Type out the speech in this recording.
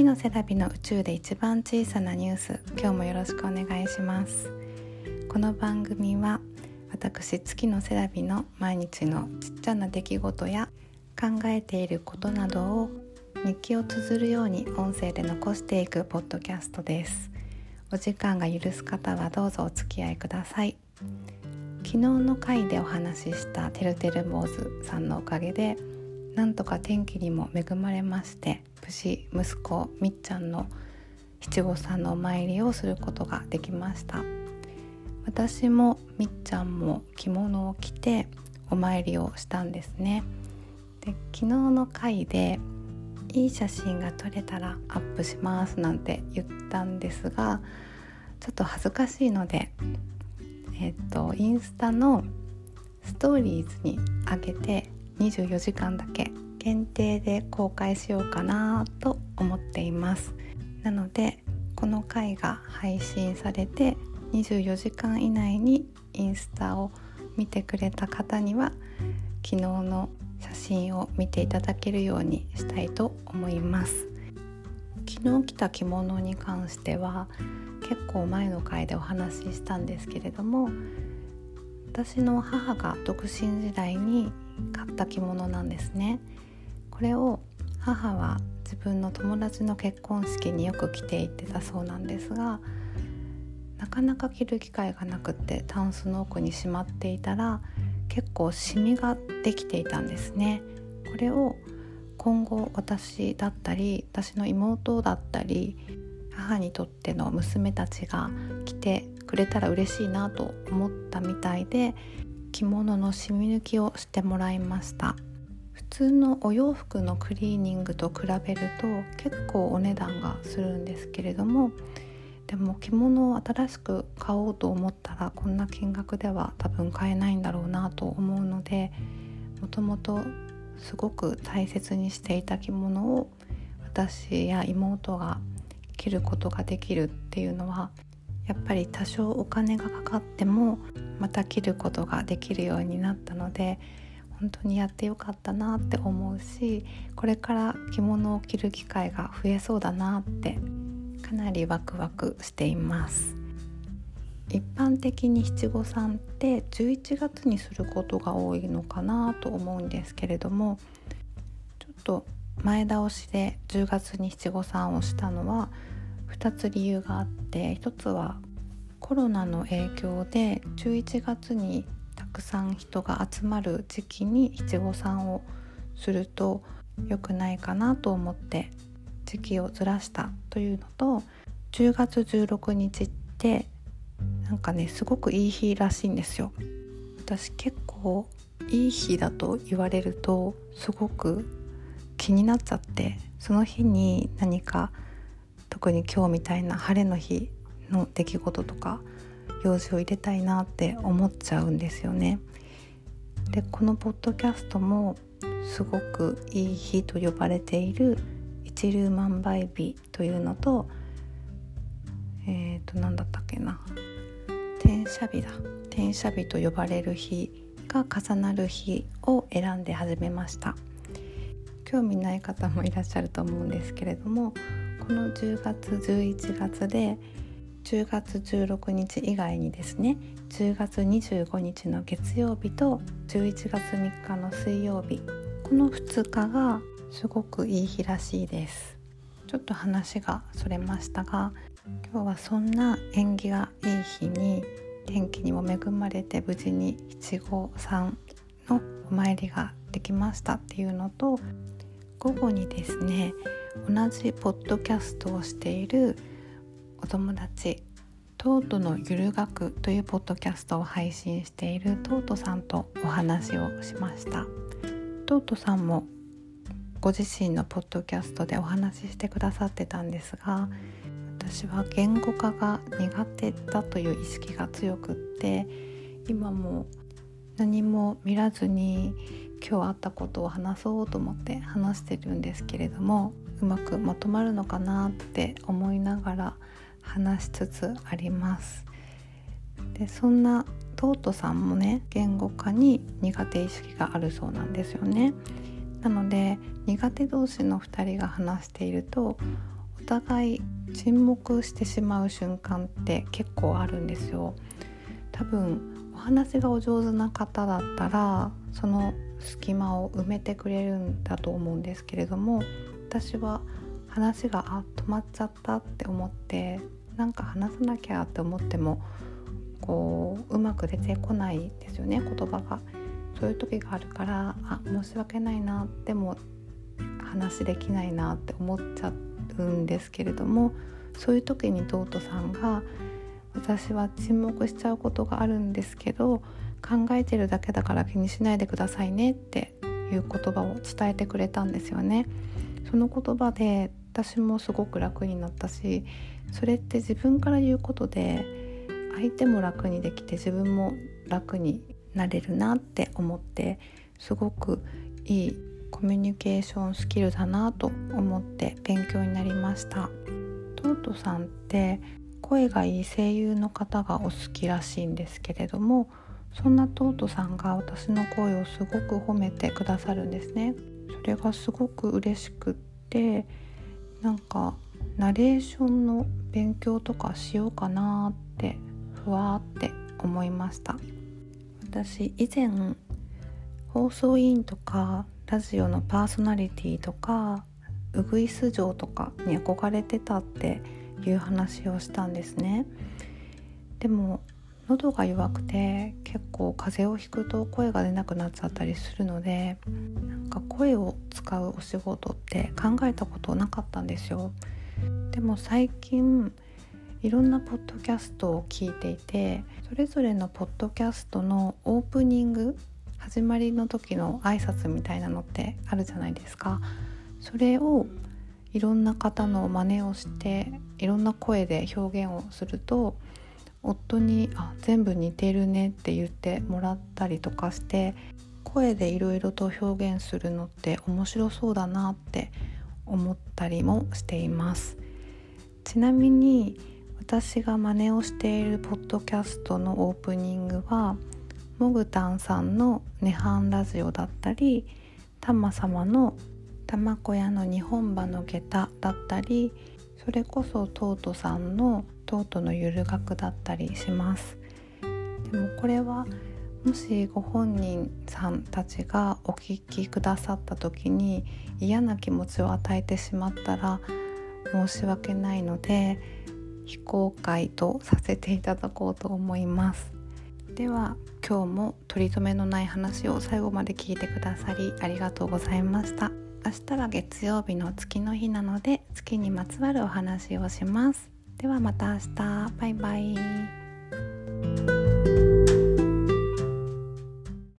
のセラビの宇宙で一番小さなニュース、今日もよろしくお願いします。この番組は私月のセラビの毎日のちっちゃな出来事や考えていることなどを日記を綴るように音声で残していくポッドキャストです。お時間が許す方はどうぞお付き合いください。昨日の回でお話ししたてるてる坊主さんのおかげでなんとか天気にも恵まれまして、無事息子みっちゃんの七五三のお参りをすることができました。私もみっちゃんも着物を着てお参りをしたんですね。で、昨日の回でいい写真が撮れたらアップしますなんて言ったんですが、ちょっと恥ずかしいのでインスタのストーリーズに上げて24時間だけ限定で公開しようかなと思っています。なのでこの回が配信されて24時間以内にインスタを見てくれた方には昨日の写真を見ていただけるようにしたいと思います。昨日着た着物に関しては結構前の回でお話ししたんですけれども、私の母が独身時代に買った着物なんですね。これを母は自分の友達の結婚式によく着ていってたそうなんですが、なかなか着る機会がなくてタンスの奥にしまっていたら結構シミができていたんですね。これを今後私だったり私の妹だったり母にとっての娘たちが着てくれたら嬉しいなと思ったみたいで、着物の染み抜きをしてもらいました。普通のお洋服のクリーニングと比べると結構お値段がするんですけれども、でも着物を新しく買おうと思ったらこんな金額では多分買えないんだろうなと思うので、もともとすごく大切にしていた着物を私や妹が着ることができるっていうのは、やっぱり多少お金がかかってもまた着ることができるようになったので、本当にやってよかったなって思うし、これから着物を着る機会が増えそうだなってかなりワクワクしています。一般的に七五三って11月にすることが多いのかなと思うんですけれども、ちょっと前倒しで10月に七五三をしたのは2つ理由があって、1つはコロナの影響で11月にたくさん人が集まる時期に七五三をすると良くないかなと思って時期をずらしたというのと、10月16日ってなんかねすごくいい日らしいんですよ。私結構いい日だと言われるとすごく気になっちゃって、その日に何か特に今日みたいな晴れの日の出来事とか用事を入れたいなって思っちゃうんですよね。で、このポッドキャストもすごくいい日と呼ばれている一粒万倍日というのと、何だったっけな、転写日と呼ばれる日が重なる日を選んで始めました。興味ない方もいらっしゃると思うんですけれども、この10月11月で10月16日以外にですね、10月25日の月曜日と11月3日の水曜日、この2日がすごくいい日らしいです。ちょっと話がそれましたが、今日はそんな縁起がいい日に天気にも恵まれて無事に七五三のお参りができましたっていうのと、午後にですね同じポッドキャストをしているお友達トートのゆる学というポッドキャストを配信しているトートさんとお話をしました。トートさんもご自身のポッドキャストでお話ししてくださってたんですが、私は言語化が苦手だという意識が強くって、今も何も見らずに今日あったことを話そうと思って話してるんですけれども、うまくまとまるのかなって思いながら話しつつあります。で、そんなトートさんもね言語化に苦手意識があるそうなんですよね。なので苦手同士の2人が話しているとお互い沈黙してしまう瞬間って結構あるんですよ。多分お話がお上手な方だったらその隙間を埋めてくれるんだと思うんですけれども、私は話が止まっちゃったって思って、なんか話さなきゃって思ってもうまく出てこないですよね、言葉が。そういう時があるから、申し訳ないな、でも話できないなって思っちゃうんですけれども、そういう時にトートさんが、私は沈黙しちゃうことがあるんですけど、考えてるだけだから気にしないでくださいねっていう言葉を伝えてくれたんですよね。その言葉で私もすごく楽になったし、それって自分から言うことで相手も楽にできて自分も楽になれるなって思って、すごくいいコミュニケーションスキルだなと思って勉強になりました。トートさんって声がいい声優の方がお好きらしいんですけれども、そんなトートさんが私の声をすごく褒めてくださるんですね。それがすごく嬉しくって、なんかナレーションの勉強とかしようかなってふわーって思いました。私以前放送委員とかラジオのパーソナリティとかウグイス嬢とかに憧れてたっていう話をしたんですね。でも喉が弱くて結構風邪をひくと声が出なくなっちゃったりするので、なんか声を使うお仕事って考えたことなかったんですよ。でも最近いろんなポッドキャストを聞いていて、それぞれのポッドキャストのオープニング、始まりの時の挨拶みたいなのってあるじゃないですか。それをいろんな方の真似をしていろんな声で表現をすると、夫に全部似てるねって言ってもらったりとかして、声でいろいろと表現するのって面白そうだなって思ったりもしています。ちなみに私が真似をしているポッドキャストのオープニングはモグタンさんのネハンラジオだったり、タマ様の玉子屋の日本馬の下駄だったり、それこそトートさんのトートのゆる学だったりします。でもこれはもしご本人さんたちがお聞きくださった時に嫌な気持ちを与えてしまったら申し訳ないので、非公開とさせていただこうと思います。では今日も取り留めのない話を最後まで聞いてくださりありがとうございました。明日は月曜日の月の日なので、月にまつわるお話をします。ではまた明日、バイバイ。